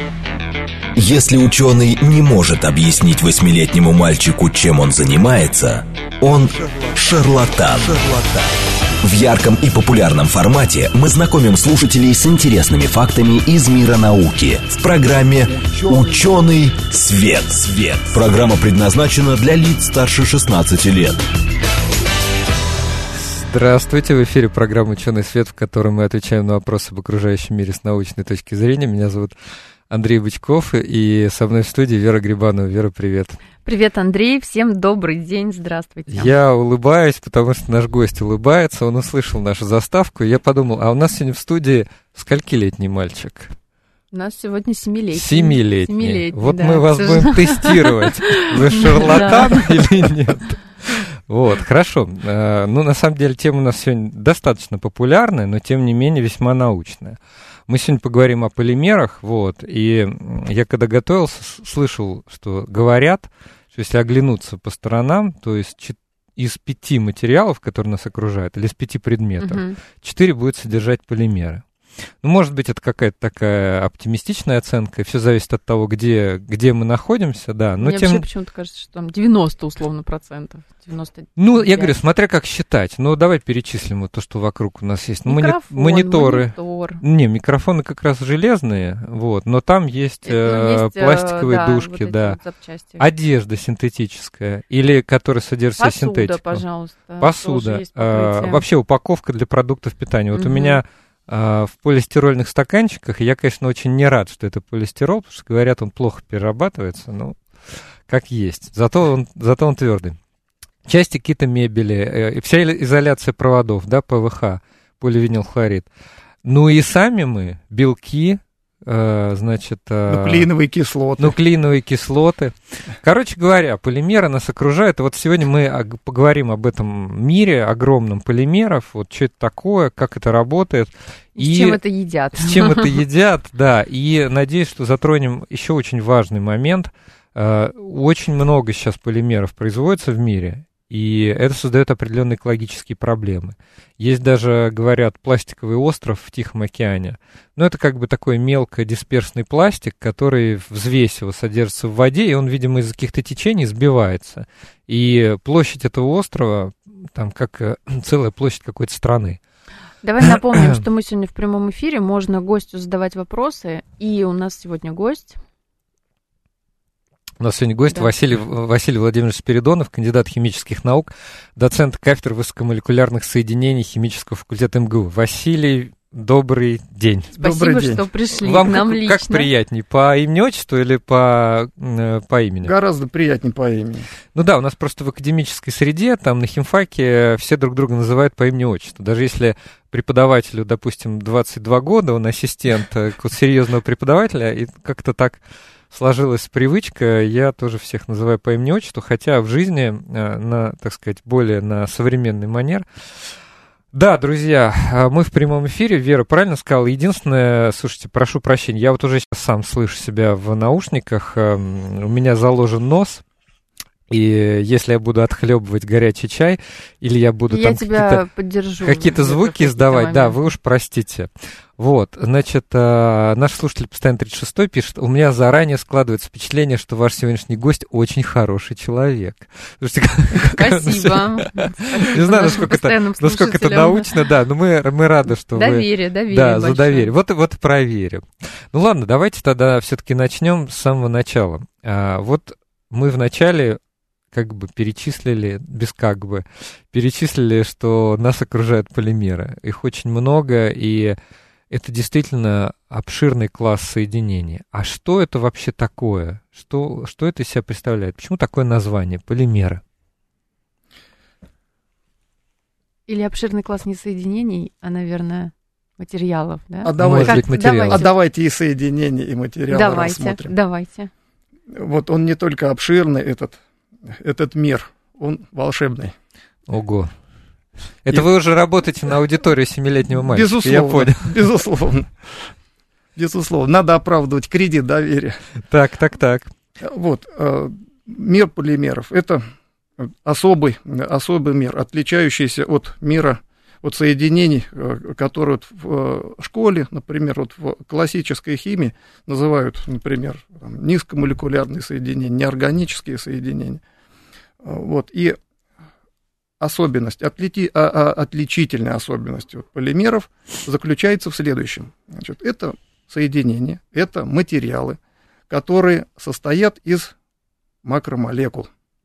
Если ученый не может объяснить 8-летнему мальчику, чем он занимается, он шарлатан. В ярком и популярном формате мы знакомим слушателей с интересными фактами из мира науки в программе «Ученый свет». Программа предназначена для лиц старше 16 лет. Здравствуйте, в эфире программа «Ученый свет», в которой мы отвечаем на вопросы об окружающем мире с научной точки зрения. Меня зовут Андрей Бычков, и со мной в студии Вера Грибанова. Вера, привет. Привет, Андрей, всем добрый день, здравствуйте. Я улыбаюсь, потому что наш гость улыбается, он услышал нашу заставку, и я подумал, а у нас сегодня в студии сколькилетний мальчик? У нас сегодня 7-летний. 7-летний. Вот да, мы вас будем тестировать, вы шарлатан или нет. Вот, хорошо. Ну, на самом деле, тема у нас сегодня достаточно популярная, но, тем не менее, весьма научная. Мы сегодня поговорим о полимерах, вот, и я, когда готовился, слышал, что говорят, что если оглянуться по сторонам, то есть из 5 материалов, которые нас окружают, или из 5 предметов, 4 будут содержать полимеры. Ну, может быть, это какая-то такая оптимистичная оценка, все зависит от того, где мы находимся, да. Но мне вообще почему-то кажется, что там 90 условно процентов. 95. Ну, я говорю, смотря как считать. Ну, давай перечислим вот то, что вокруг у нас есть. Микрофон, мониторы. монитор. Не, микрофоны как раз железные, вот, но там есть пластиковые дужки, вот да. вот запчасти. Одежда синтетическая, или которая содержит в себе синтетику. Пожалуйста. Посуда. Вообще упаковка для продуктов питания. Вот у меня в полистирольных стаканчиках, я, конечно, очень не рад, что это полистирол, потому что, говорят, он плохо перерабатывается, ну, как есть. Зато он твердый. Части какие-то мебели, вся изоляция проводов, да, ПВХ, поливинилхлорид. Ну и сами мы, белки, значит... Нуклеиновые кислоты. Короче говоря, полимеры нас окружают. И вот сегодня мы поговорим об этом мире огромном полимеров. Вот что это такое, как это работает. С чем это едят. С чем это едят, да. И надеюсь, что затронем еще очень важный момент. Очень много сейчас полимеров производится в мире. И это создает определенные экологические проблемы. Есть даже, говорят, пластиковый остров в Тихом океане. Но это как бы такой мелкодисперсный пластик, который в взвесе его содержится в воде, и он, видимо, из-за каких-то течений сбивается. И площадь этого острова, там как целая площадь какой-то страны. Давай напомним, что мы сегодня в прямом эфире, можно гостю задавать вопросы, и у нас сегодня гость... У нас сегодня гость, да. Василий Владимирович Спиридонов, кандидат химических наук, доцент кафедры высокомолекулярных соединений химического факультета МГУ. Василий, добрый день. Спасибо, что пришли вам к нам лично. Как приятнее, по имени-отчеству или по имени? Гораздо приятнее по имени. Ну да, у нас просто в академической среде, там на химфаке все друг друга называют по имени-отчеству. Даже если преподавателю, допустим, 22 года, он ассистент серьезного преподавателя, и как-то так... сложилась привычка, я тоже всех называю по имени-отчеству, хотя в жизни, так сказать, более на современный манер. Да, друзья, мы в прямом эфире, Вера правильно сказала. Единственное, слушайте, прошу прощения, я вот уже сейчас сам слышу себя в наушниках, у меня заложен нос. И если я буду отхлебывать горячий чай, или я буду там какие-то звуки издавать, да, вы уж простите. Вот, значит, наш слушатель постоянно 36-й пишет, у меня заранее складывается впечатление, что ваш сегодняшний гость очень хороший человек. Слушайте, спасибо. Не знаю, насколько это научно, да, но мы рады, что вы... Доверие. Да, за доверие. Вот проверим. Ну ладно, давайте тогда все-таки начнем с самого начала. Вот мы в начале... перечислили, что нас окружают полимеры. Их очень много, и это действительно обширный класс соединений. А что это вообще такое? Что это из себя представляет? Почему такое название полимеры? Или обширный класс не соединений, а, наверное, материалов, да? Давайте и соединения, и материалы рассмотрим. Давайте. Вот он не только обширный, этот мир, он волшебный. Ого. Это вы уже работаете на аудиторию 7-летнего мальчика, безусловно, я понял. Безусловно. Надо оправдывать кредит доверия. Так. Вот. Мир полимеров – это особый мир, отличающийся от мира вот соединений, которые вот в школе, например, вот в классической химии называют, например, там, низкомолекулярные соединения, неорганические соединения. Вот, и особенность, отличительная особенность вот полимеров заключается в следующем. Значит, это соединения, это материалы, которые состоят из макромолекул.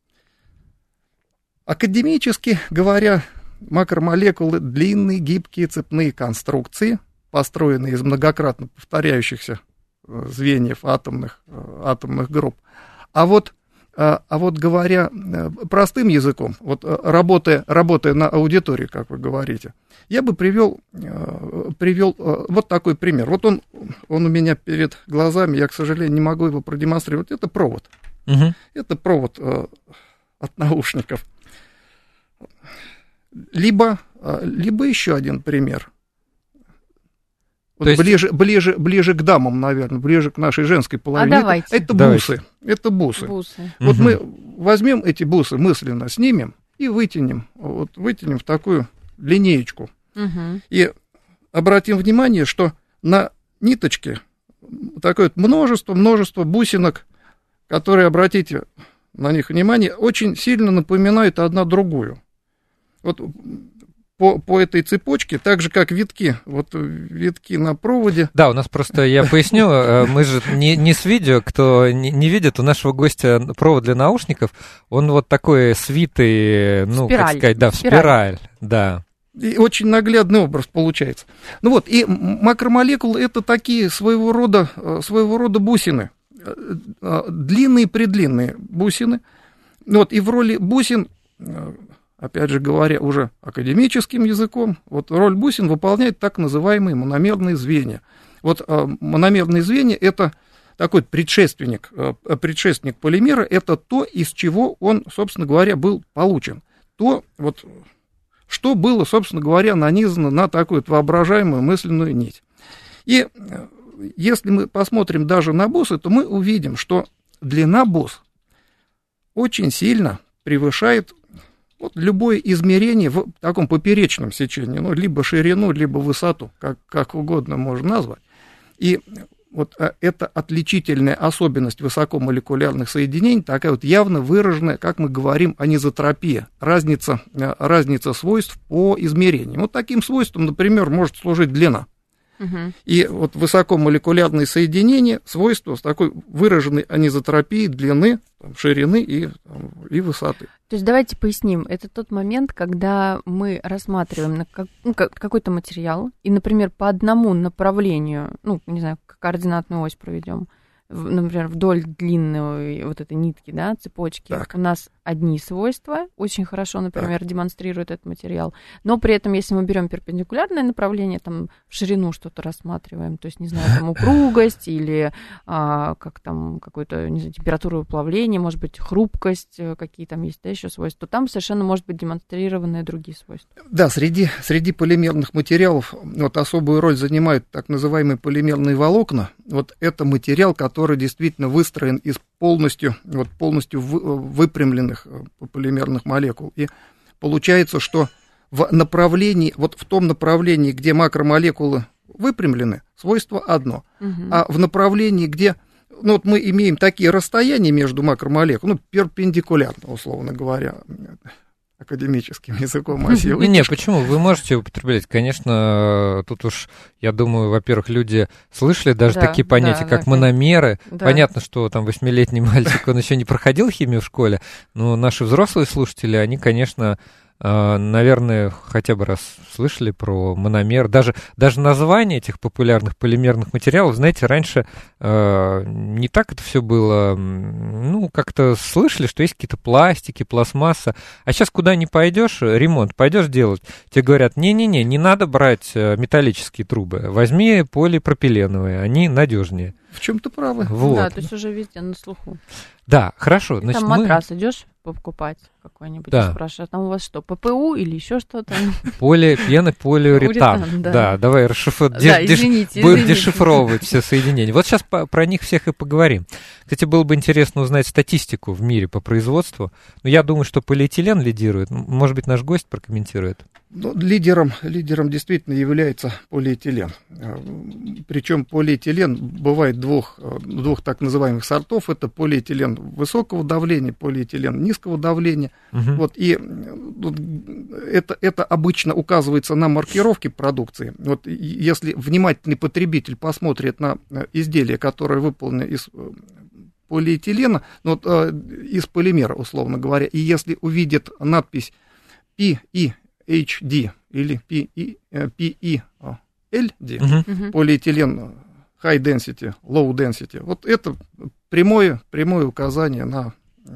Академически говоря, макромолекулы — длинные гибкие цепные конструкции, построенные из многократно повторяющихся звеньев атомных групп. А вот говоря простым языком, вот работая на аудитории, как вы говорите, я бы привел вот такой пример. Вот он у меня перед глазами, я, к сожалению, не могу его продемонстрировать. Это провод. Угу. Это провод от наушников. Либо еще один пример. Вот ближе к дамам, наверное, ближе к нашей женской половине. Это бусы. Это бусы. Вот мы возьмем эти бусы, мысленно снимем и вытянем в такую линеечку. И обратим внимание, что на ниточке такое множество бусинок, которые, обратите на них внимание, очень сильно напоминают одна другую. Вот по этой цепочке, так же, как витки на проводе. Да, у нас просто, я поясню, мы же не с видео, кто не видит, у нашего гостя провод для наушников, он вот такой свитый, как сказать, в спираль, да. И очень наглядный образ получается. Ну вот, и макромолекулы — это такие своего рода бусины, длинные-предлинные бусины. Вот, и в роли бусин, опять же говоря уже академическим языком, вот роль бусин выполняет так называемые мономерные звенья. Вот мономерные звенья — это такой предшественник полимера, это то, из чего он, собственно говоря, был получен. То, вот, что было, собственно говоря, нанизано на такую вот воображаемую мысленную нить. И если мы посмотрим даже на бусы, то мы увидим, что длина бус очень сильно превышает вот любое измерение в таком поперечном сечении, либо ширину, либо высоту, как угодно можно назвать. И вот эта отличительная особенность высокомолекулярных соединений, такая вот явно выраженная, как мы говорим, анизотропия, разница свойств по измерениям. Вот таким свойством, например, может служить длина. И вот высокомолекулярные соединения, свойства с такой выраженной анизотропией длины, ширины и высоты. То есть давайте поясним, это тот момент, когда мы рассматриваем какой-то материал, и, например, по одному направлению, не знаю, координатную ось проведем, например, вдоль длинной вот этой нитки, да, цепочки, так. У нас одни свойства, очень хорошо, например, демонстрирует этот материал, но при этом, если мы берем перпендикулярное направление, там, в ширину что-то рассматриваем, то есть, не знаю, там, упругость или как там, какую-то, не знаю, температуру плавления, может быть, хрупкость, какие там есть, да, еще свойства, то там совершенно может быть демонстрированы другие свойства. Да, среди полимерных материалов вот особую роль занимают так называемые полимерные волокна. Вот это материал, который действительно выстроен из полностью выпрямленных полимерных молекул. И получается, что в том направлении, где макромолекулы выпрямлены, свойство одно. А в направлении, где мы имеем такие расстояния между макромолекулами, перпендикулярно, условно говоря, академическим языком оси. Нет, почему? Вы можете употреблять. Конечно, тут уж, я думаю, во-первых, люди слышали даже такие понятия, как мономеры. Да. Понятно, что там 8-летний мальчик, он еще не проходил химию в школе, но наши взрослые слушатели, они, конечно, наверное, хотя бы раз слышали про мономер. Даже название этих популярных полимерных материалов, знаете, раньше не так это все было, как-то слышали, что есть какие-то пластики, пластмасса, а сейчас куда ни пойдешь, ремонт пойдешь делать, тебе говорят, не надо брать металлические трубы, возьми полипропиленовые, они надежнее. В чем-то правы. Вот. Да, то есть уже везде на слуху. Да, хорошо. Значит, там матрас идешь покупать какой-нибудь, и спрашиваешь, а там у вас что, ППУ или еще что-то? Пены полиуретан. Да, давай будем дешифровывать все соединения. Вот сейчас про них всех и поговорим. Кстати, было бы интересно узнать статистику в мире по производству. Но я думаю, что полиэтилен лидирует. Может быть, наш гость прокомментирует. Лидером действительно является полиэтилен. Причем полиэтилен бывает двух так называемых сортов. Это полиэтилен высокого давления, полиэтилен низкого давления. Вот, и это обычно указывается на маркировке продукции. Вот, если внимательный потребитель посмотрит на изделие, которое выполнено из полиэтилена, из полимера, условно говоря, и если увидит надпись PEHD или PELD, полиэтилен high density, low density, вот это прямое указание на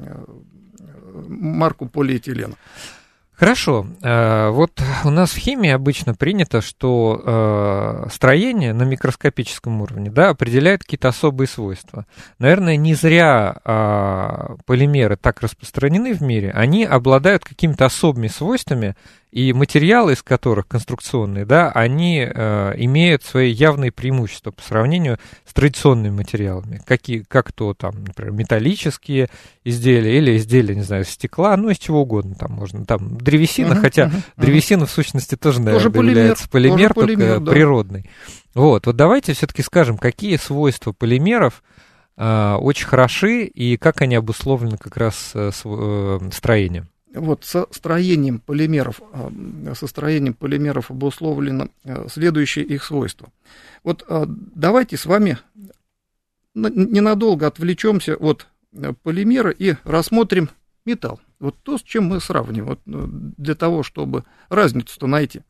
марку полиэтилена. Хорошо. Вот у нас в химии обычно принято, что строение на микроскопическом уровне, да, определяет какие-то особые свойства. Наверное, не зря полимеры так распространены в мире. Они обладают какими-то особыми свойствами, и материалы, из которых конструкционные, да, они имеют свои явные преимущества по сравнению с традиционными материалами, как то, там, например, металлические изделия или изделия, не знаю, из стекла, ну, из чего угодно там можно, там, древесина, хотя древесина, в сущности, тоже, наверное, является полимер, только да. Природный. Вот давайте все-таки скажем, какие свойства полимеров очень хороши и как они обусловлены как раз строением. Вот со строением полимеров обусловлено следующее их свойство. Вот давайте с вами ненадолго отвлечемся от полимера и рассмотрим металл. Вот то, с чем мы сравниваем, вот, для того, чтобы разницу-то найти.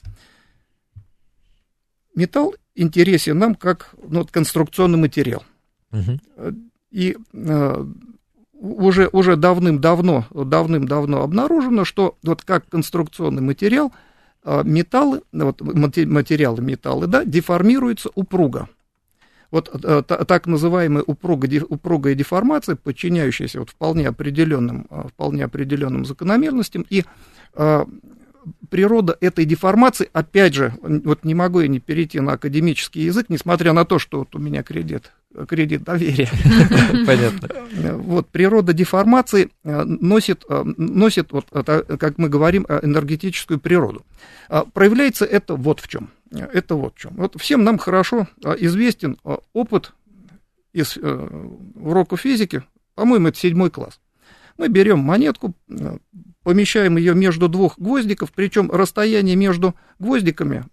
Металл интересен нам как конструкционный материал. И уже давным-давно обнаружено, что вот как конструкционный материал материалы металлы, да, деформируются упруго. Вот так называемая упругая деформация, подчиняющаяся вот вполне определенным закономерностям, и природа этой деформации, опять же, вот не могу я не перейти на академический язык, несмотря на то, что вот у меня кредит доверия. Понятно. Вот, природа деформации носит, вот, как мы говорим, энергетическую природу. Проявляется это вот в чем. Вот всем нам хорошо известен опыт из урока физики, по-моему, это 7 класс. Мы берем монетку, помещаем ее между двух гвоздиков, причем расстояние между гвоздиками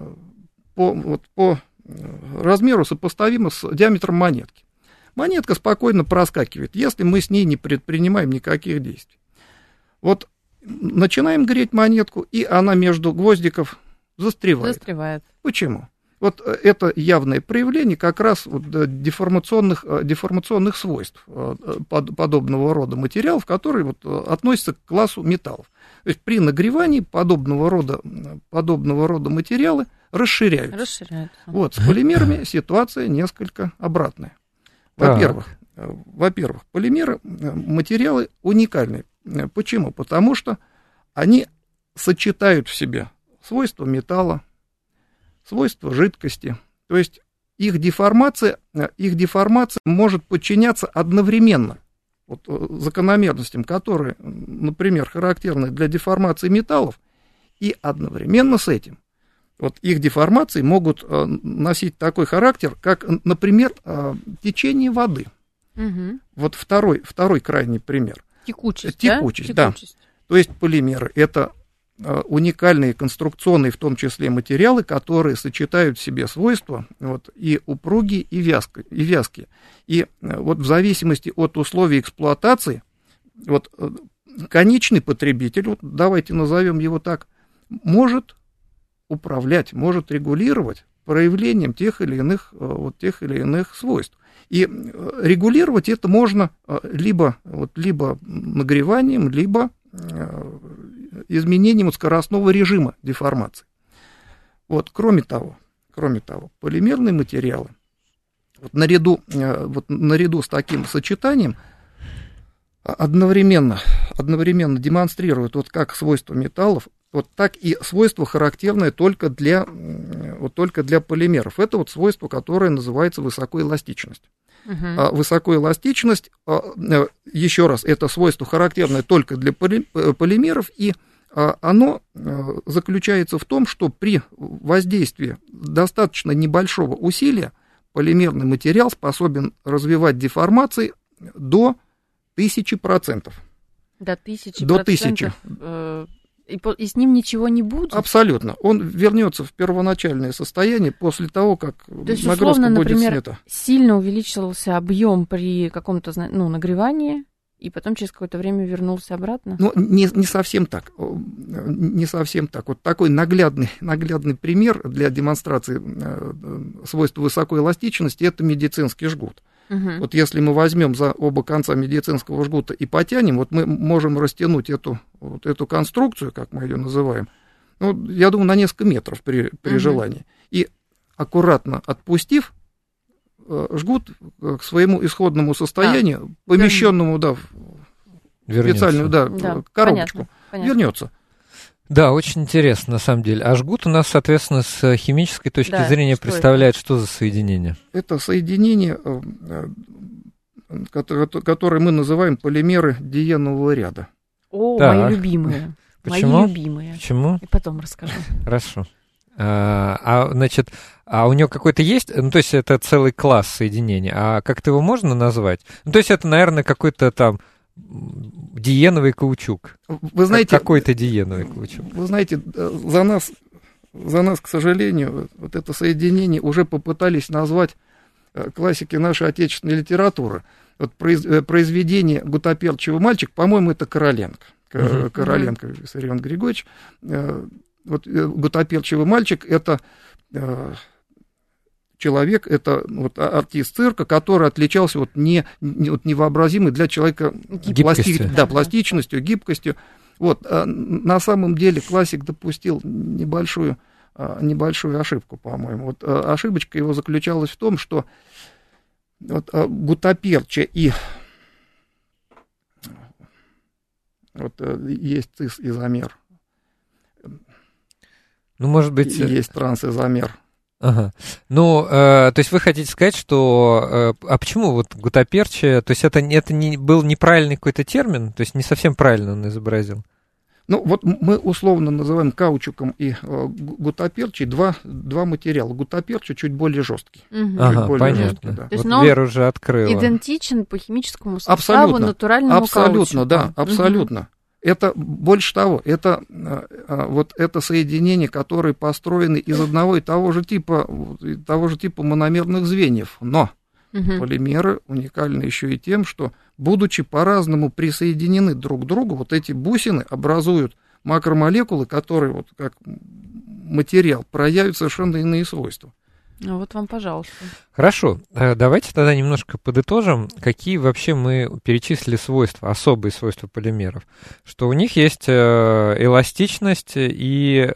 по размеру сопоставимо с диаметром монетки. Монетка спокойно проскакивает, если мы с ней не предпринимаем никаких действий. Вот начинаем греть монетку, и она между гвоздиков застревает. Почему? Вот это явное проявление как раз вот деформационных свойств подобного рода материалов, которые вот относятся к классу металлов. То есть при нагревании подобного рода материалы расширяются. Вот, с полимерами ситуация несколько обратная. Во-первых, полимеры материалы уникальные. Почему? Потому что они сочетают в себе свойства металла, свойства жидкости, то есть их деформация может подчиняться одновременно вот закономерностям, которые, например, характерны для деформации металлов, и одновременно с этим вот их деформации могут носить такой характер, как, например, течение воды. Вот второй крайний пример. Текучесть, да. То есть полимеры — это уникальные конструкционные, в том числе, материалы, которые сочетают в себе свойства вот, и упругие, и вязкие. И вот в зависимости от условий эксплуатации, вот, конечный потребитель, вот, давайте назовем его так, может управлять, может регулировать проявлением тех или иных свойств. И регулировать это можно либо нагреванием, либо изменением скоростного режима деформации. Вот, кроме того, полимерные материалы вот наряду с таким сочетанием одновременно демонстрируют вот как свойства металлов, вот так и свойства, характерные только для полимеров. Это вот свойство, которое называется высокоэластичность. Высокоэластичность, еще раз, это свойство характерное только для полимеров, и оно заключается в том, что при воздействии достаточно небольшого усилия полимерный материал способен развивать деформации до 1000%. До 1000%? До 1000. И с ним ничего не будет? Абсолютно. Он вернется в первоначальное состояние после того, как нагрузка условно, будет например, снята. Сильно увеличился объем при каком-то нагревании, и потом через какое-то время вернулся обратно? Ну, не совсем так. Не совсем так. Вот такой наглядный пример для демонстрации свойств высокой эластичности – это медицинский жгут. Угу. Вот если мы возьмем за оба конца медицинского жгута и потянем, вот мы можем растянуть эту конструкцию, как мы ее называем, ну, я думаю, на несколько метров при желании. И аккуратно отпустив, жгут к своему исходному состоянию, помещенному в специальную коробочку, понятно. вернется. Да, очень интересно, на самом деле. А жгут у нас, соответственно, с химической точки зрения представляет что за соединение? Это соединение, которое мы называем полимеры диенового ряда. О, мои любимые. Почему? Мои любимые. Почему? И потом расскажу. Хорошо. Значит, у него какой-то есть, ну, то есть это целый класс соединений, а как-то его можно назвать? Ну, то есть это, наверное, какой-то там диеновый каучук. Вы знаете, какой-то диеновый каучук. Вы знаете, за нас, к сожалению, вот это соединение уже попытались назвать классики нашей отечественной литературы. Вот произведение «Гутоперчивый мальчик», по-моему, это Короленко. Короленко Виссарион Григорьевич. Вот «Гутоперчивый мальчик» — это человек, это вот артист цирка, который отличался невообразимой для человека пластичностью, гибкостью. Вот, на самом деле классик допустил небольшую ошибку, по-моему. Вот, ошибочка его заключалась в том, что вот, гутоперча и вот, есть цис-изомер. Ну, может быть... Есть трансизомер. Ага. Ну, то есть вы хотите сказать, что... А почему вот гутоперчия? То есть это не был неправильный какой-то термин? То есть не совсем правильно он изобразил? Ну, вот мы условно называем каучуком и гутоперчией два материала. Гутоперчий чуть более жесткий. Ага, понятно. Жесткий, да. То есть вот Вера уже открыла. Идентичен по химическому составу натуральному абсолютно, каучуку. Да, абсолютно. Это, больше того, это соединения, которые построены из одного и того же типа мономерных звеньев. Но полимеры уникальны еще и тем, что, будучи по-разному присоединены друг к другу, вот эти бусины образуют макромолекулы, которые вот как материал проявят совершенно иные свойства. Ну вот вам, пожалуйста. Хорошо, давайте тогда немножко подытожим, какие вообще мы перечислили свойства, особые свойства полимеров. Что у них есть эластичность и,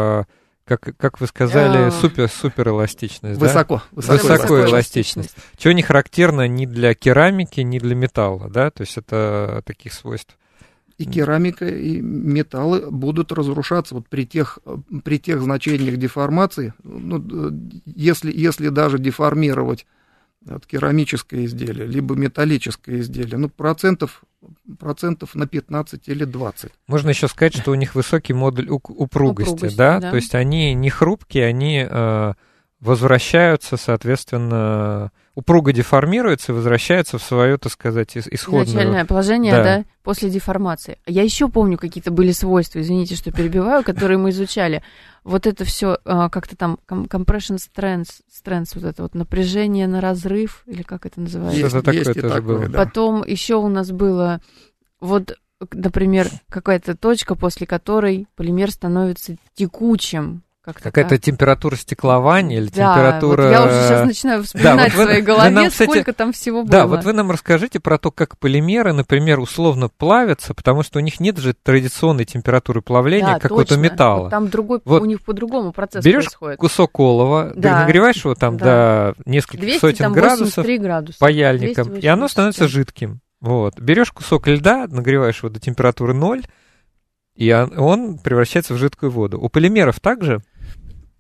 как вы сказали, суперэластичность. Высокоэластичность. Чего не характерно ни для керамики, ни для металла, да? То есть это таких свойств. И керамика, и металлы будут разрушаться вот при тех значениях деформации. Ну, если даже деформировать керамическое изделие, либо металлическое изделие, ну, процентов на 15 или 20. Можно еще сказать, что у них высокий модуль упругости, да? То есть они не хрупкие, они возвращаются, соответственно, упруго деформируется и возвращается в свое, так сказать, исходное... Изначальное положение, да, после деформации. Я еще помню, какие-то были свойства, извините, что перебиваю, которые мы изучали. Вот это все как-то там compression strength, вот это вот напряжение на разрыв, или как это называется? Что-то такое тоже было. Да. Потом еще у нас было, вот, например, какая-то точка, после которой полимер становится текучим. Какая-то температура стеклования или температура... Вот я уже сейчас начинаю вспоминать в своей голове, сколько там всего было. Да, вот вы нам расскажите про то, как полимеры, например, условно плавятся, потому что у них нет же традиционной температуры плавления, как вот у металла. Вот там у них по-другому процесс происходит. Берешь кусок олова, нагреваешь его там до нескольких сотен градусов паяльником, и оно становится жидким. Вот. Берешь кусок льда, нагреваешь его до температуры 0, и он превращается в жидкую воду. У полимеров также?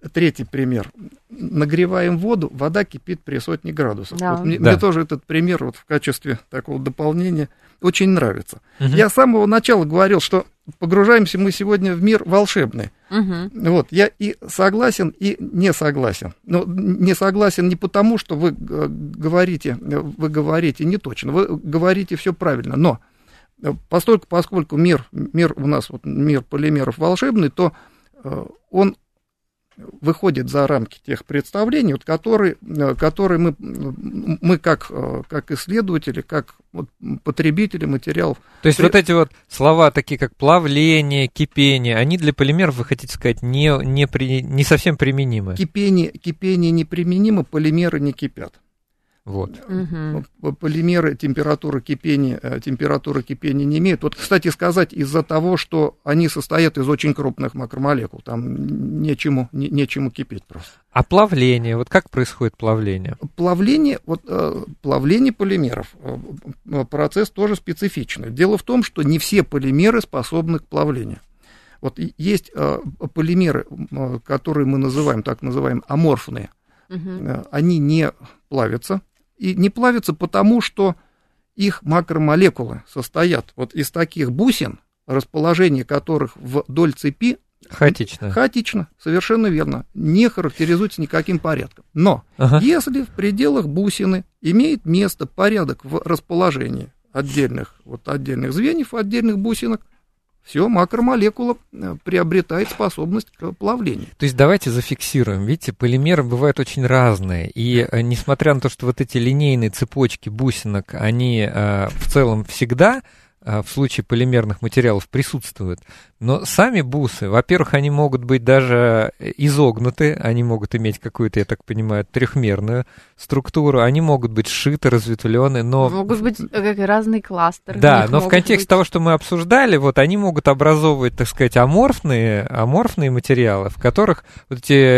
Третий пример. Нагреваем воду, вода кипит при 100 градусах. Да. Вот мне тоже этот пример вот в качестве такого дополнения очень нравится. Я с самого начала говорил, что погружаемся мы сегодня в мир волшебный. Вот, я и согласен, и не согласен. Но не согласен не потому, что вы говорите не точно, вы говорите все правильно, но поскольку мир у нас, вот, мир полимеров волшебный, то он выходит за рамки тех представлений, вот, которые мы как исследователи, как вот потребители материалов. То есть вот эти вот слова, такие как плавление, кипение, они для полимеров, вы хотите сказать, не совсем применимы? Кипение неприменимо, полимеры не кипят. Вот. Полимеры температуры кипения не имеют. Вот, кстати сказать, из-за того, что они состоят из очень крупных макромолекул, там нечему кипеть просто. А плавление, вот как происходит плавление? Плавление полимеров, процесс тоже специфичный. Дело в том, что не все полимеры способны к плавлению. Вот есть полимеры, которые мы называем, так называемые аморфные, они не плавятся. И не плавятся потому, что их макромолекулы состоят вот из таких бусин, расположение которых вдоль цепи хаотично, совершенно верно, не характеризуется никаким порядком. Но если в пределах бусины имеет место порядок в расположении отдельных звеньев, отдельных бусинок, все, макромолекула приобретает способность к плавлению. То есть давайте зафиксируем. Видите, полимеры бывают очень разные. И несмотря на то, что вот эти линейные цепочки бусинок, они в целом всегда в случае полимерных материалов присутствуют. Но сами бусы, во-первых, они могут быть даже изогнуты, они могут иметь какую-то, я так понимаю, трехмерную структуру, они могут быть сшиты, разветвлены, но... Могут быть разные кластеры. Да, но в контексте того, что мы обсуждали, вот они могут образовывать, так сказать, аморфные материалы, в которых вот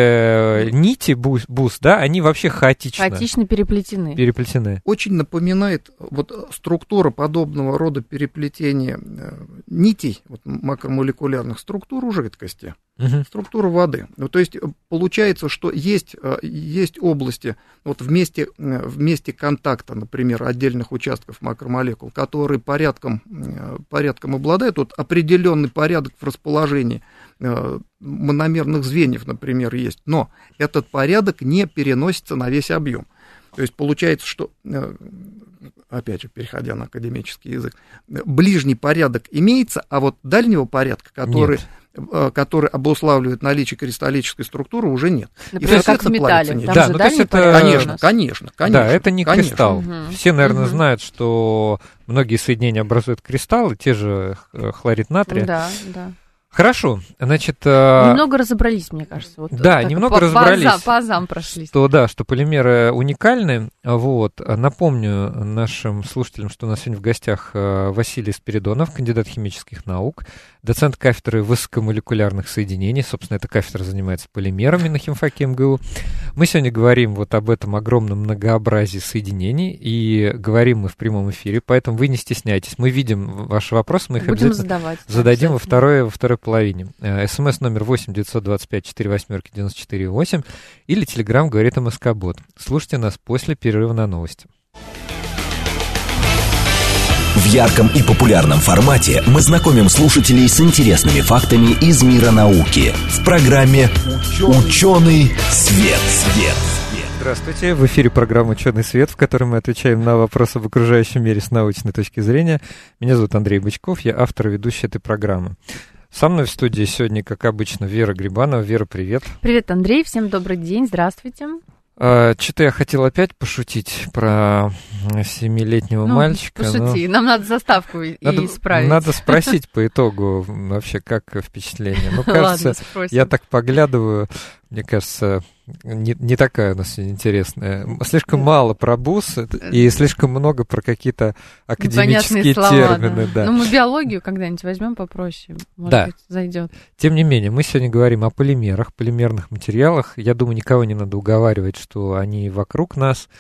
эти нити бус, да, они вообще хаотично переплетены. Очень напоминает вот структура подобного рода переплетения нитей, вот макромолекулярных структур у жидкости, структура воды. Ну, то есть получается, что есть области вот в месте контакта, например, отдельных участков макромолекул, которые порядком обладают, вот определенный порядок в расположении мономерных звеньев, например, есть, но этот порядок не переносится на весь объем. То есть получается, что, опять же, переходя на академический язык, ближний порядок имеется, а вот дальнего порядка, который обуславливает наличие кристаллической структуры, уже нет. Например, и как в металле. Там да, же ну, то есть это... Конечно. Да, это не кристалл. Все, наверное, знают, что многие соединения образуют кристаллы, те же хлорид натрия. Да. Хорошо, значит... Немного разобрались, мне кажется. Вот да, немного разобрались. По азам прошли. Что полимеры уникальны. Вот. Напомню нашим слушателям, что у нас сегодня в гостях Василий Спиридонов, кандидат химических наук, доцент кафедры высокомолекулярных соединений. Собственно, эта кафедра занимается полимерами на химфаке МГУ. Мы сегодня говорим вот об этом огромном многообразии соединений, и говорим мы в прямом эфире, поэтому вы не стесняйтесь. Мы видим ваши вопросы, мы их будем обязательно зададим во второй половине. СМС номер 8-925-48-94-8 или Телеграм говорит МСК-бот. Слушайте нас после перерыва на новости. В ярком и популярном формате мы знакомим слушателей с интересными фактами из мира науки в программе «Ученый свет». Здравствуйте, в эфире программа «Ученый свет», в которой мы отвечаем на вопросы об окружающем мире с научной точки зрения. Меня зовут Андрей Бычков, я автор и ведущий этой программы. Со мной в студии сегодня, как обычно, Вера Грибанова. Вера, привет. Привет, Андрей, всем добрый день, здравствуйте. Что-то я хотел опять пошутить про 7-летнего мальчика. Пошути, нам надо заставку исправить. Надо спросить по итогу вообще, как впечатление. Ну, кажется, я так поглядываю, мне кажется, не такая у нас сегодня интересная. Слишком мало про бус и слишком много про какие-то академические термины. Да. Ну, мы биологию когда-нибудь возьмем попроще, может быть, зайдет. Тем не менее, мы сегодня говорим о полимерах, полимерных материалах. Я думаю, никого не надо уговаривать, что они вокруг нас.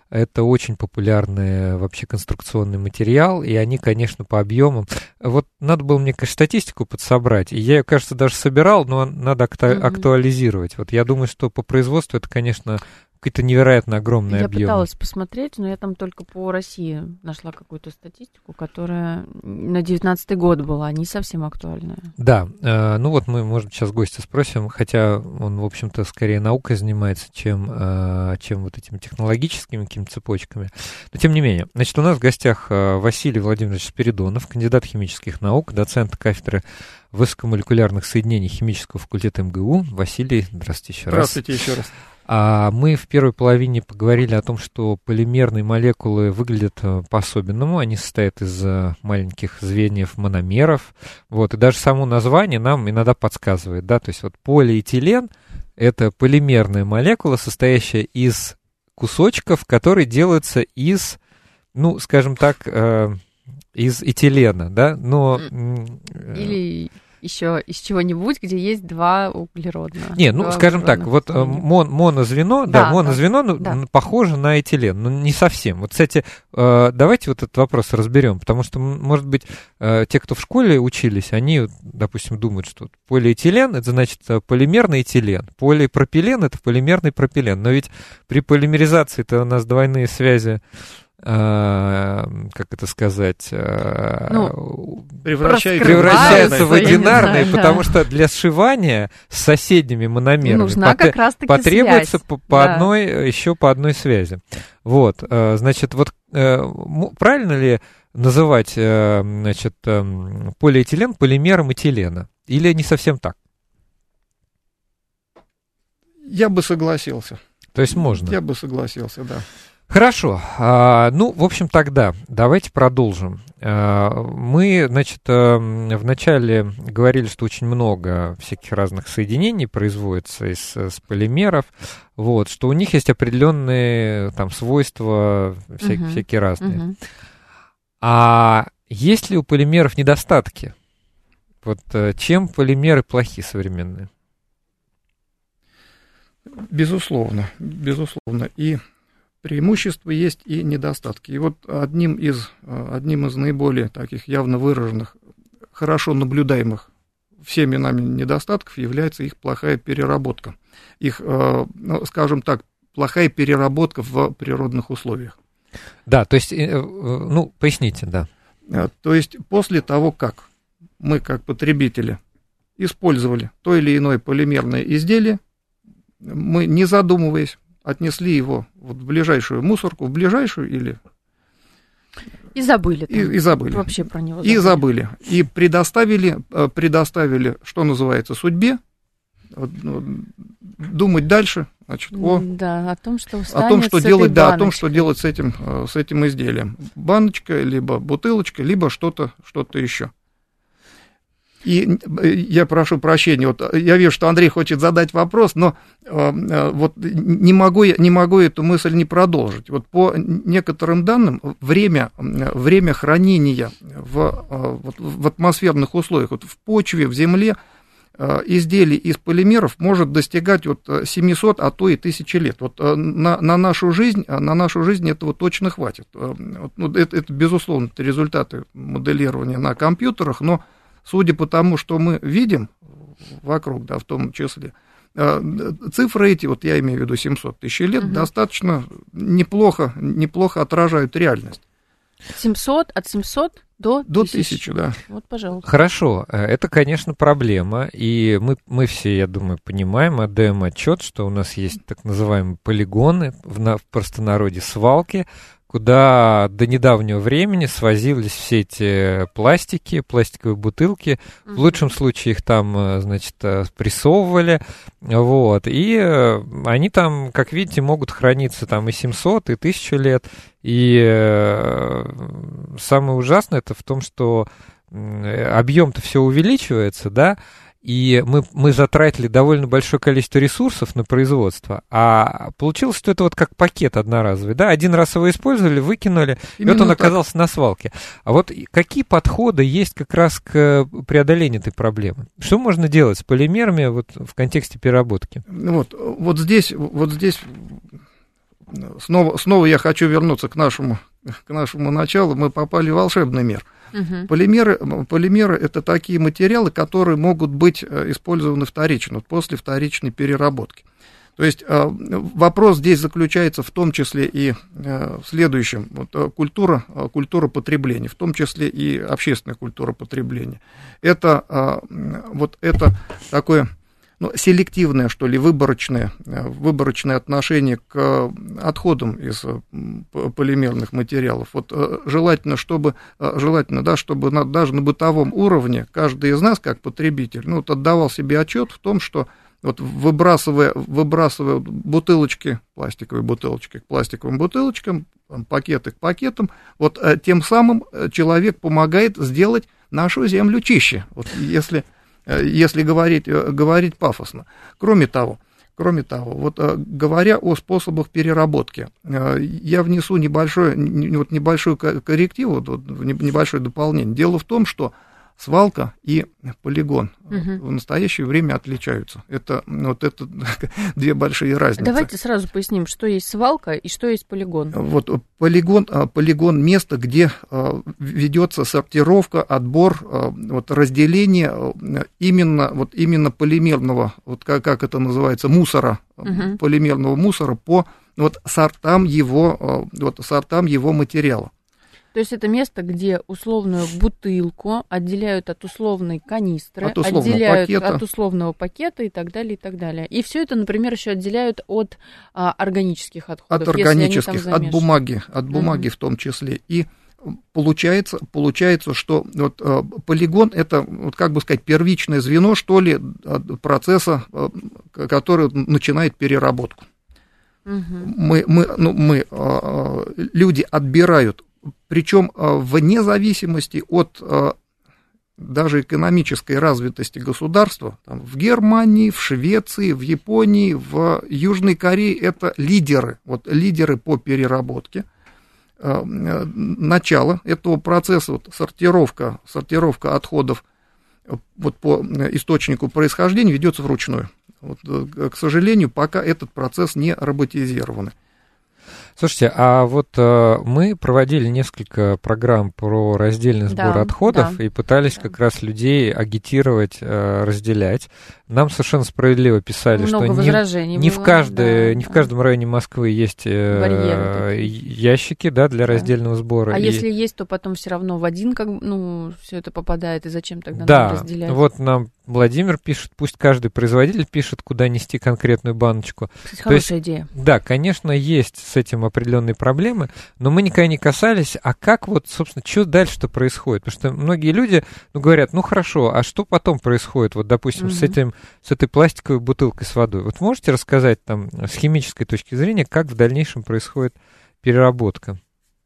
это очень популярный вообще конструкционный материал, и они, конечно, по объемам... Вот надо было мне, конечно, статистику подсобрать, и я ее, кажется, даже собирал, но надо актуализировать. Вот я думаю, что по производству это, конечно, какой-то невероятно огромный объем. Я пыталась посмотреть, но я там только по России нашла какую-то статистику, которая на 19-й год была, не совсем актуальная. Да, ну вот мы, может, сейчас гостя спросим, хотя он, в общем-то, скорее наукой занимается, чем вот этими технологическими какими-то цепочками. Но тем не менее, значит, у нас в гостях Василий Владимирович Спиридонов, кандидат химических наук, доцент кафедры высокомолекулярных соединений химического факультета МГУ. Василий, здравствуйте еще раз. Здравствуйте еще раз. Мы в первой половине поговорили о том, что полимерные молекулы выглядят по-особенному. Они состоят из маленьких звеньев мономеров. Вот, и даже само название нам иногда подсказывает. Да? То есть вот полиэтилен — это полимерная молекула, состоящая из кусочков, которые делаются из, ну, скажем так, из этилена. Да? Но, или еще из чего-нибудь, где есть два углеродных. Не, ну, скажем так, вот монозвено, монозвено похоже на этилен, но не совсем. Вот, кстати, давайте вот этот вопрос разберем, потому что, может быть, те, кто в школе учились, они, допустим, думают, что полиэтилен — это значит полимерный этилен, полипропилен — это полимерный пропилен, но ведь при полимеризации-то у нас двойные связи, как это сказать, превращаются в одинарные, потому что для сшивания с соседними мономерами потребуется по одной связи. Вот, значит, вот правильно ли называть, значит, полиэтилен полимером этилена? Или не совсем так? Я бы согласился. То есть можно? Я бы согласился, да. Хорошо. Ну, в общем, тогда давайте продолжим. Мы, значит, вначале говорили, что очень много всяких разных соединений производится из полимеров, вот, что у них есть определенные там свойства всякие разные. А есть ли у полимеров недостатки? Вот чем полимеры плохи современные? Безусловно, безусловно. И преимущества есть, и недостатки. И вот одним из наиболее таких явно выраженных, хорошо наблюдаемых всеми нами недостатков является их плохая переработка. Их, скажем так, плохая переработка в природных условиях. Да, то есть, ну, поясните, да. То есть после того, как мы, как потребители, использовали то или иное полимерное изделие, мы, не задумываясь, отнесли его вот в ближайшую мусорку, или... И забыли. И забыли. Вообще про него забыли. И забыли. И предоставили, что называется, судьбе, думать дальше, значит, о том, что делать, о том, что делать с этим изделием. Баночка, либо бутылочка, либо что-то еще. И я прошу прощения, вот я вижу, что Андрей хочет задать вопрос, но вот не могу эту мысль не продолжить. Вот по некоторым данным, время хранения в атмосферных условиях, вот в почве, в земле, изделий из полимеров может достигать от 700, а то и 1000 лет. Вот на нашу жизнь этого точно хватит. Это безусловно, результаты моделирования на компьютерах, но судя по тому, что мы видим вокруг, да, в том числе, цифры эти, вот я имею в виду 700 тысяч лет, достаточно неплохо отражают реальность. От 700 до 1000, да. Вот, пожалуйста. Хорошо, это, конечно, проблема, и мы все, я думаю, понимаем, отдаем отчет, что у нас есть так называемые полигоны, в простонародье свалки, куда до недавнего времени свозились все эти пластиковые бутылки. В лучшем случае их там, значит, спрессовывали, вот, и они там, как видите, могут храниться там и 700, и 1000 лет, и самое ужасное это в том, что объем-то все увеличивается, да, и мы затратили довольно большое количество ресурсов на производство, а получилось, что это вот как пакет одноразовый, да, один раз его использовали, выкинули, и вот он оказался на свалке. А вот какие подходы есть как раз к преодолению этой проблемы? Что можно делать с полимерами вот в контексте переработки? Вот здесь снова я хочу вернуться к нашему началу. Мы попали в волшебный мир. Полимеры – это такие материалы, которые могут быть использованы вторично, после вторичной переработки. То есть вопрос здесь заключается в том числе и в следующем. Культура потребления, в том числе и общественная культура потребления. Это такое селективное, что ли, выборочное отношение к отходам из полимерных материалов. Желательно, чтобы даже на бытовом уровне каждый из нас, как потребитель, отдавал себе отчет в том, что выбрасывая бутылочки, пластиковые бутылочки к пластиковым бутылочкам, пакеты к пакетам, тем самым человек помогает сделать нашу землю чище, если говорить пафосно. Кроме того, говоря о способах переработки, я внесу небольшую коррективу, небольшое дополнение. Дело в том, что свалка и полигон в настоящее время отличаются. Это две большие разницы. Давайте сразу поясним, что есть свалка и что есть полигон. Полигон – место, где ведется сортировка, отбор, разделение именно полимерного, как это называется, мусора, полимерного мусора по сортам его материала. То есть это место, где условную бутылку отделяют от условной канистры, отделяют от условного пакета и так далее, и так далее. И все это, например, еще отделяют от органических отходов. От органических, от бумаги в том числе. И получается, что полигон – это, первичное звено, что ли, процесса, который начинает переработку. Люди отбирают, причем вне зависимости от даже экономической развитости государства, в Германии, в Швеции, в Японии, в Южной Корее это лидеры по переработке. Начало этого процесса, сортировка отходов по источнику происхождения ведется вручную. К сожалению, пока этот процесс не роботизирован. Слушайте, мы проводили несколько программ про раздельный сбор отходов и пытались как раз людей агитировать, разделять. Нам совершенно справедливо писали, что не в каждом районе Москвы есть ящики для раздельного сбора. А если есть, то потом все равно в один все это попадает, и зачем тогда нам разделять? Нам Владимир пишет, пусть каждый производитель пишет, куда нести конкретную баночку. Кстати, хорошая идея. Да, конечно, есть с этим определенные проблемы, но мы никогда не касались, а как собственно, что дальше-то происходит? Потому что многие люди говорят, хорошо, а что потом происходит, допустим, с этой пластиковой бутылкой с водой? Можете рассказать с химической точки зрения, как в дальнейшем происходит переработка?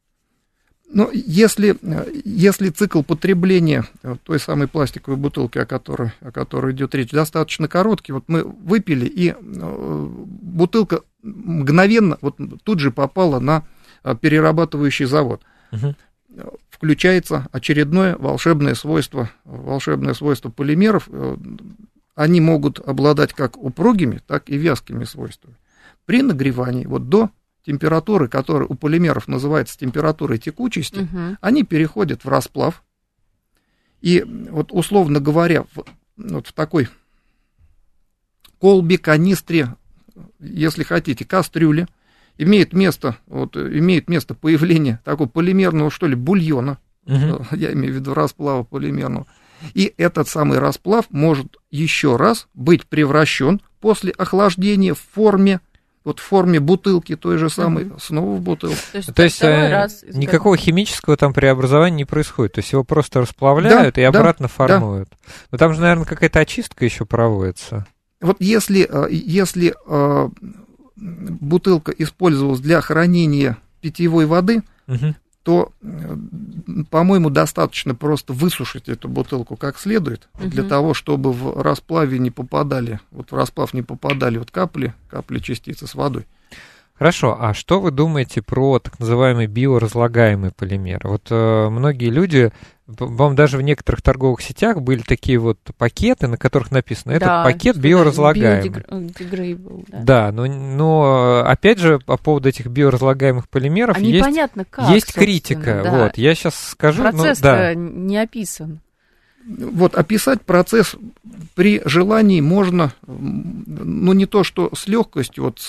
Если цикл потребления той самой пластиковой бутылки, о которой идет речь, достаточно короткий, мы выпили, и бутылка мгновенно тут же попала на перерабатывающий завод. Включается очередное волшебное свойство полимеров. Они могут обладать как упругими, так и вязкими свойствами. При нагревании до температуры, которая у полимеров называется температурой текучести, они переходят в расплав. И условно говоря, в такой колбе, канистре, если хотите, кастрюле, имеет место появление такого полимерного, что ли, бульона, я имею в виду расплава полимерного. И этот самый расплав может еще раз быть превращен после охлаждения в форме бутылки той же самой, снова в бутылку. То есть никакого химического преобразования не происходит, то есть его просто расплавляют и обратно формуют. Но там же, наверное, какая-то очистка еще проводится. Если бутылка использовалась для хранения питьевой воды, то, по-моему, достаточно просто высушить эту бутылку как следует, для того, чтобы в расплаве не попадали, капли частицы с водой. Хорошо, а что вы думаете про так называемые биоразлагаемые полимеры? Вот многие люди, по-моему, даже в некоторых торговых сетях были такие вот пакеты, на которых написано, этот пакет биоразлагаемый. Biodegradable, да. Да, но опять же, по поводу этих биоразлагаемых полимеров есть критика. Да. Вот, я сейчас скажу. Процесс-то не описан. Вот описать процесс при желании можно, ну не то что с легкостью, вот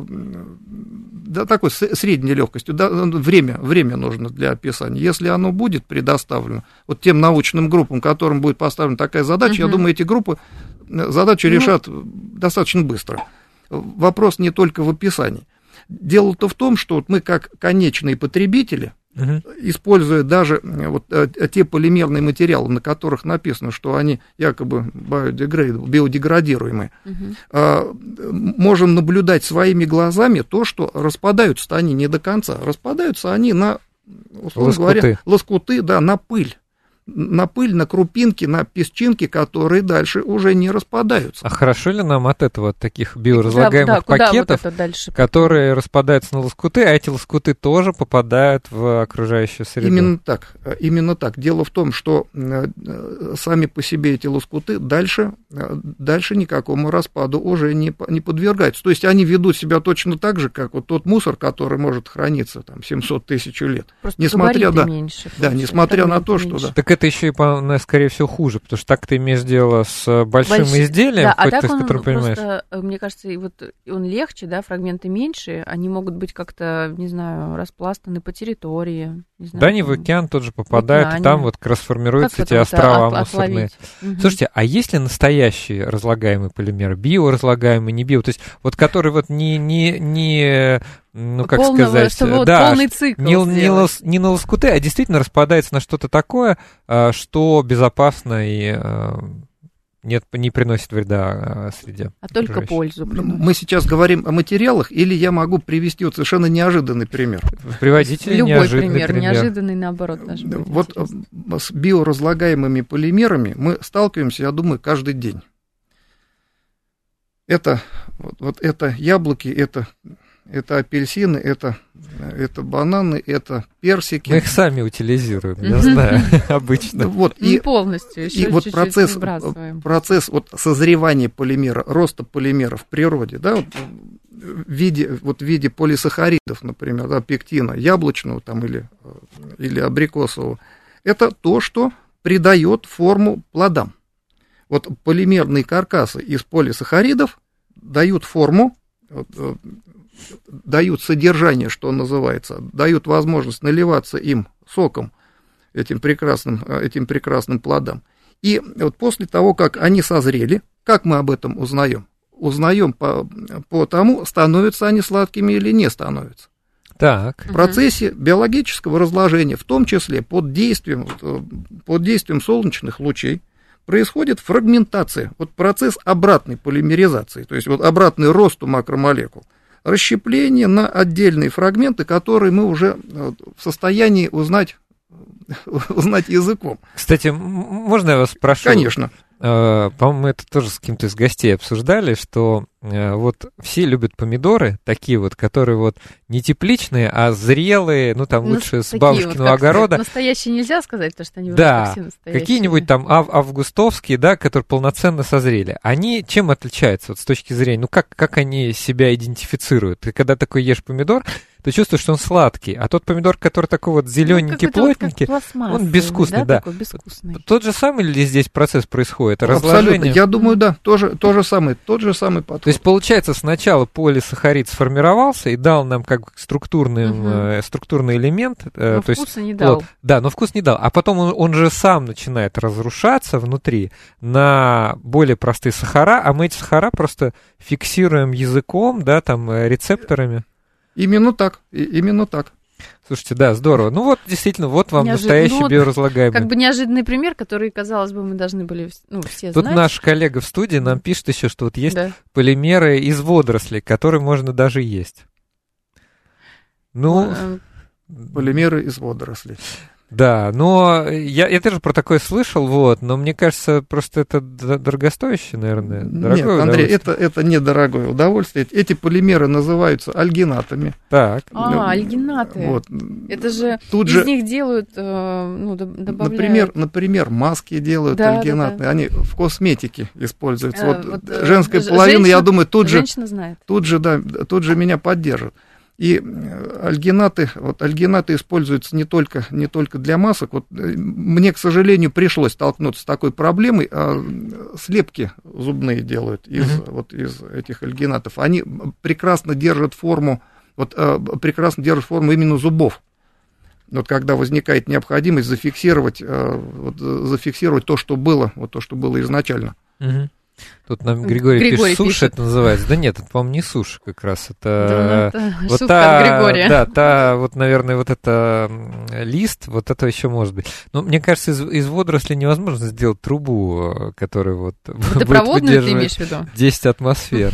такой средней легкостью, да, время нужно для описания. Если оно будет предоставлено вот тем научным группам, которым будет поставлена такая задача, я думаю, эти группы задачу решат достаточно быстро. Вопрос не только в описании. Дело-то в том, что вот мы как конечные потребители, используя даже вот те полимерные материалы, на которых написано, что они якобы биодеградируемые, можем наблюдать своими глазами то, что распадаются они не до конца. Распадаются они на, условно говоря, лоскуты, да, на пыль, на крупинки, на песчинки, которые дальше уже не распадаются. А хорошо ли нам от этого, от таких биоразлагаемых пакетов, вот которые распадаются на лоскуты, а эти лоскуты тоже попадают в окружающую среду? Именно так. Дело в том, что сами по себе эти лоскуты дальше никакому распаду уже не подвергаются. То есть они ведут себя точно так же, как вот тот мусор, который может храниться там 700 тысяч лет. Просто несмотря на то, что... Да. Так это еще и, скорее всего, хуже, потому что так ты имеешь дело с большим изделием, да, с которым понимаешь. Просто, мне кажется, и вот он легче, да, фрагменты меньше, они могут быть как-то, не знаю, распластаны по территории. Не знаю, да, они в океан тоже попадают, и там вот как раз формируются эти острова мусорные. Слушайте, а есть ли настоящие разлагаемые полимеры, биоразлагаемые, не био, то есть вот которые вот не ну, как сказать, да, полный цикл не на лоскуты, а действительно распадается на что-то такое, что безопасно и не приносит вреда среде. А только пользу. Мы сейчас говорим о материалах, или я могу привести вот совершенно неожиданный пример? Приводите любой пример, неожиданный, наоборот. Вот с биоразлагаемыми полимерами мы сталкиваемся, я думаю, каждый день. Это яблоки, это апельсины, это бананы, это персики. Мы их сами утилизируем, я знаю, обычно. Не полностью, еще вот чуть-чуть сбрасываем. Процесс вот созревания полимера, роста полимера в природе, да, вот, в виде полисахаридов, например, да, пектина яблочного там, или абрикосового, это то, что придает форму плодам. Вот полимерные каркасы из полисахаридов дают форму, дают содержание, что называется, дают возможность наливаться им соком, этим прекрасным плодам. И вот после того, как они созрели, как мы об этом узнаем? Узнаем по тому, становятся они сладкими или не становятся. Так. В процессе биологического разложения, в том числе под действием солнечных лучей, происходит фрагментация, вот процесс обратной полимеризации, то есть вот обратный росту макромолекул. Расщепление на отдельные фрагменты, которые мы уже в состоянии узнать языком. Кстати, можно я вас спрошу? Конечно. По-моему, мы это тоже с кем-то из гостей обсуждали, что вот все любят помидоры, такие вот, которые вот не тепличные, а зрелые, ну там лучше с бабушкиного вот, огорода. Настоящие нельзя сказать, потому что они да, все настоящие. Какие-нибудь там августовские, да, которые полноценно созрели. Они чем отличаются вот с точки зрения, ну как они себя идентифицируют? Ты когда такой ешь помидор, ты чувствуешь, что он сладкий, а тот помидор, который такой вот зелененький, плотненький, он безвкусный, да. Такой безвкусный. Тот же самый ли здесь процесс происходит? Абсолютно. Я думаю, да, тот же самый подход. То есть, получается, сначала полисахарид сформировался и дал нам как структурный элемент. Но то вкуса есть, не дал. Да, но вкус не дал. А потом он же сам начинает разрушаться внутри на более простые сахара, а мы эти сахара просто фиксируем языком, да, там, рецепторами. Именно так. Слушайте, да, здорово. Ну вот, действительно, вот вам настоящий биоразлагаемый. Как бы неожиданный пример, который, казалось бы, мы должны были все Тут знать. наш коллега в студии нам пишет еще, что вот есть полимеры из водорослей, которые можно даже есть. Полимеры из водорослей. Да, но я тоже про такое слышал, вот, но мне кажется, просто это дорогостоящее, наверное, дорогое. Нет, Андрей, это недорогое удовольствие. Эти полимеры называются альгинатами. Так. Альгинаты. Вот. Это же Тут из них делают, добавляют. Например, маски делают альгинатные. Да. Они в косметике используются. Женская половина, я думаю, тут же меня поддержит. И альгинаты используются не только для масок. Вот мне, к сожалению, пришлось столкнуться с такой проблемой. Слепки зубные делают из этих альгинатов. Они прекрасно держат форму именно зубов. Вот когда возникает необходимость зафиксировать то, что было изначально. Угу. Тут нам Григорий пишет, суши это называется. Да нет, это, по-моему, не суши как раз. Это вот шутка от Григория. Да, вот, наверное, вот это лист, вот это еще может быть. Но мне кажется, из водорослей невозможно сделать трубу, которая вот будет выдерживать 10 атмосфер.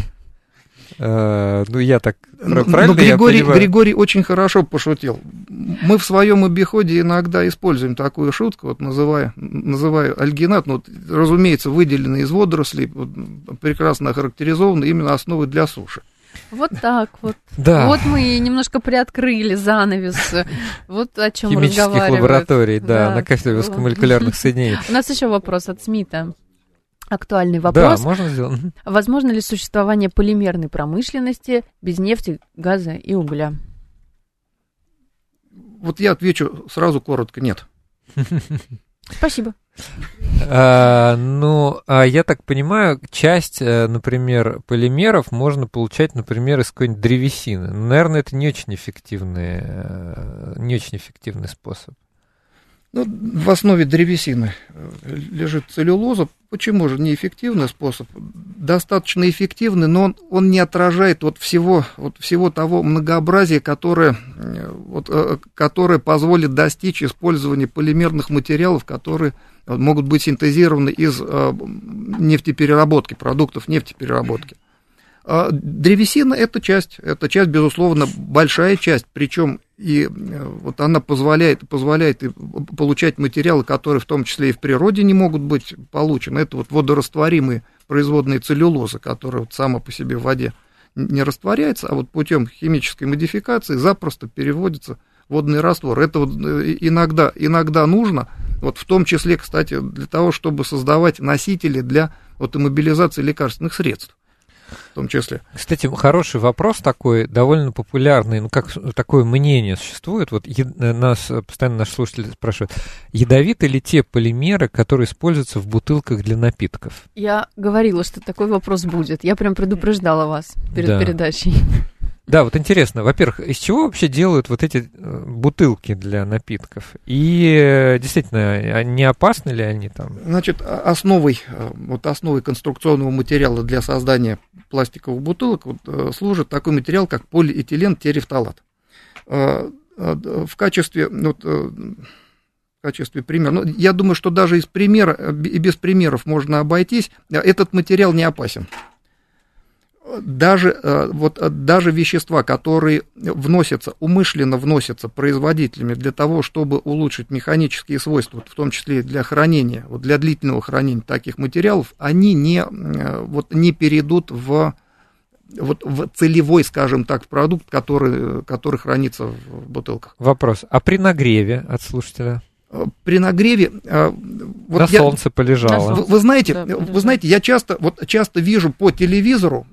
Я так правильно Григорий очень хорошо пошутил. Мы в своем обиходе иногда используем такую шутку, вот называя альгинат, разумеется, выделенный из водорослей, прекрасно охарактеризованный именно основой для суши. Вот так вот. Да. Вот мы немножко приоткрыли занавес. Вот о чем разговаривают. Химических лабораторий, на кафедре высокомолекулярных соединений. У нас еще вопрос от Смита. Актуальный вопрос. Да, можно сделать. Возможно ли существование полимерной промышленности без нефти, газа и угля? Вот я отвечу сразу коротко: нет. Спасибо. Я так понимаю, часть, например, полимеров можно получать, например, из какой-нибудь древесины. Наверное, это не очень эффективный способ. В основе древесины лежит целлюлоза. Почему же неэффективный способ? Достаточно эффективный, но он не отражает всего того многообразия, которое позволит достичь использования полимерных материалов, которые могут быть синтезированы из нефтепереработки, продуктов нефтепереработки. Древесина – это часть, безусловно, большая часть, причем и вот она позволяет получать материалы, которые в том числе и в природе не могут быть получены. Это водорастворимые производные целлюлозы, которая сама по себе в воде не растворяется, а путем химической модификации запросто переводится в водный раствор. Это иногда нужно, в том числе, кстати, для того, чтобы создавать носители для иммобилизации лекарственных средств. В том числе. Кстати, хороший вопрос такой, довольно популярный, как такое мнение существует, нас постоянно наши слушатели спрашивают, ядовиты ли те полимеры, которые используются в бутылках для напитков? Я говорила, что такой вопрос будет, я прям предупреждала вас перед передачей. Да, интересно, во-первых, из чего вообще делают эти бутылки для напитков? И действительно, не опасны ли они там? Значит, основой конструкционного материала для создания пластиковых бутылок служит такой материал, как полиэтилен-терефталат. В качестве примера, я думаю, что даже из примера и без примеров можно обойтись, этот материал не опасен. Даже вещества, которые умышленно вносятся производителями для того, чтобы улучшить механические свойства, в том числе и для хранения, для длительного хранения таких материалов, они не перейдут в целевой, скажем так, продукт, который хранится в бутылках. Вопрос. А при нагреве от слушателя? При нагреве... солнце полежало. Вы знаете, я часто вижу по телевизору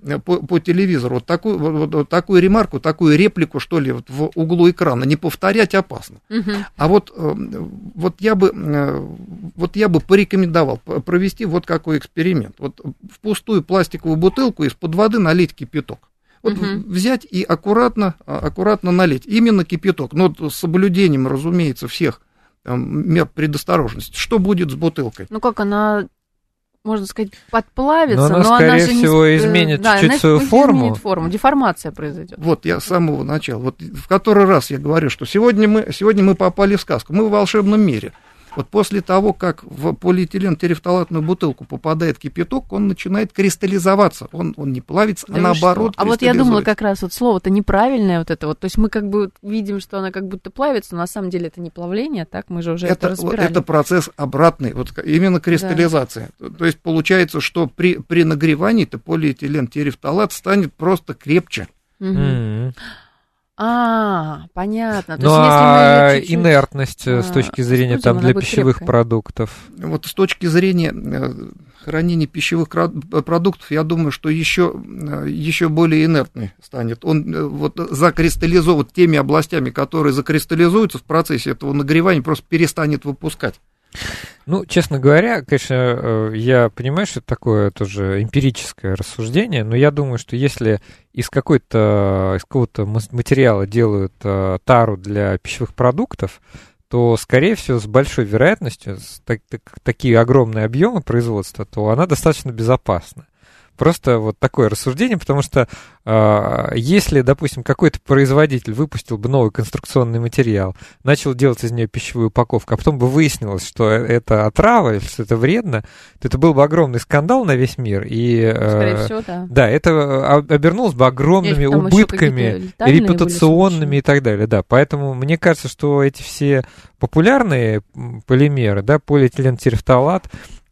такую ремарку, такую реплику, что ли, в углу экрана. Не повторять опасно. А я бы порекомендовал провести какой эксперимент. В пустую пластиковую бутылку из-под воды налить кипяток. Взять и аккуратно налить. Именно кипяток. Но с соблюдением, разумеется, всех мер предосторожности. Что будет с бутылкой? Как она, можно сказать, подплавится, но она, скорее всего, изменит чуть-чуть свою форму. Деформация произойдет. Я с самого начала. В который раз я говорю, что сегодня мы попали в сказку. Мы в волшебном мире. Вот после того, как в полиэтилен-терефталатную бутылку попадает кипяток, он начинает кристаллизоваться. Он не плавится, а наоборот кристаллизуется. А вот я думала, как раз вот слово-то неправильное вот это вот. То есть мы как бы видим, что она как будто плавится, но на самом деле это не плавление, так? Мы же уже это разбирали. Это процесс обратный, вот именно кристаллизация. Да. То есть получается, что при нагревании-то полиэтилен-терефталат станет просто крепче. Понятно. Ну, а инертность с точки зрения там, для пищевых продуктов? Вот с точки зрения хранения пищевых продуктов, я думаю, что еще более инертный станет. Он вот закристаллизован теми областями, которые закристаллизуются в процессе этого нагревания, просто перестанет выпускать. Ну, честно говоря, конечно, я понимаю, что это такое тоже эмпирическое рассуждение, но я думаю, что если из какого-то материала делают тару для пищевых продуктов, то, скорее всего, с большой вероятностью, такие огромные объемы производства, то она достаточно безопасна. Просто вот такое рассуждение, потому что если, допустим, какой-то производитель выпустил бы новый конструкционный материал, начал делать из нее пищевую упаковку, а потом бы выяснилось, что это отрава, что это вредно, то это был бы огромный скандал на весь мир. И, скорее всего, да. Да, это обернулось бы огромными убытками репутационными и так далее. Да, поэтому мне кажется, что эти все популярные полимеры, да, полиэтилентерефталат,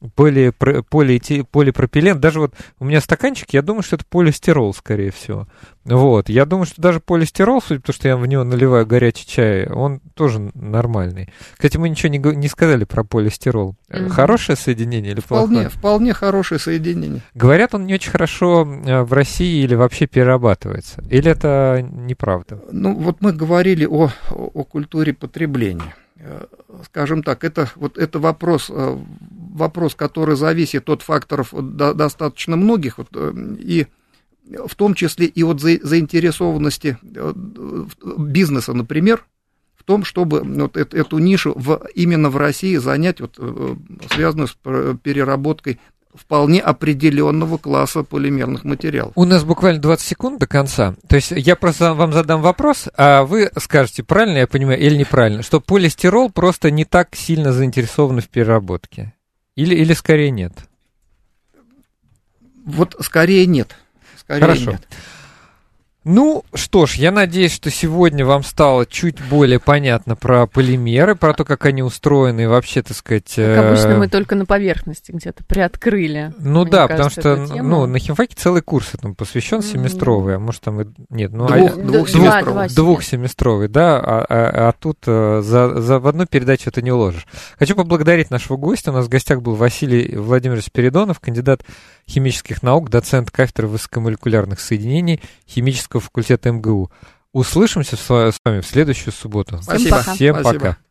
полипропилен, даже вот у меня стаканчик, я думаю, что это полистирол, скорее всего. Вот, я думаю, что даже полистирол, судя по тому, что я в него наливаю горячий чай, он тоже нормальный. Кстати, мы ничего не сказали про полистирол. Хорошее соединение или плохое? Вполне хорошее соединение. Говорят, он не очень хорошо в России или вообще перерабатывается. Или это неправда? Ну, вот мы говорили о культуре потребления. Скажем так, это вопрос, который зависит от факторов достаточно многих, и в том числе и от заинтересованности бизнеса, например, в том, чтобы эту нишу именно в России занять, связанную с переработкой вполне определенного класса полимерных материалов. У нас буквально 20 секунд до конца. То есть я просто вам задам вопрос, а вы скажете, правильно я понимаю или неправильно, что полистирол просто не так сильно заинтересован в переработке? Или скорее нет? Вот скорее нет. Хорошо. Нет. Ну, что ж, я надеюсь, что сегодня вам стало чуть более понятно про полимеры, про то, как они устроены, и вообще, так сказать... Как обычно, мы только на поверхности где-то приоткрыли. Ну да, кажется, потому что на химфаке целый курс этому посвящен, семестровый, а может там... Нет, двухсеместровый, да, а тут в одну передачу это не уложишь. Хочу поблагодарить нашего гостя. У нас в гостях был Василий Владимирович Спиридонов, кандидат химических наук, доцент кафедры высокомолекулярных соединений химического факультета МГУ. Услышимся с вами в следующую субботу. Спасибо. Всем пока.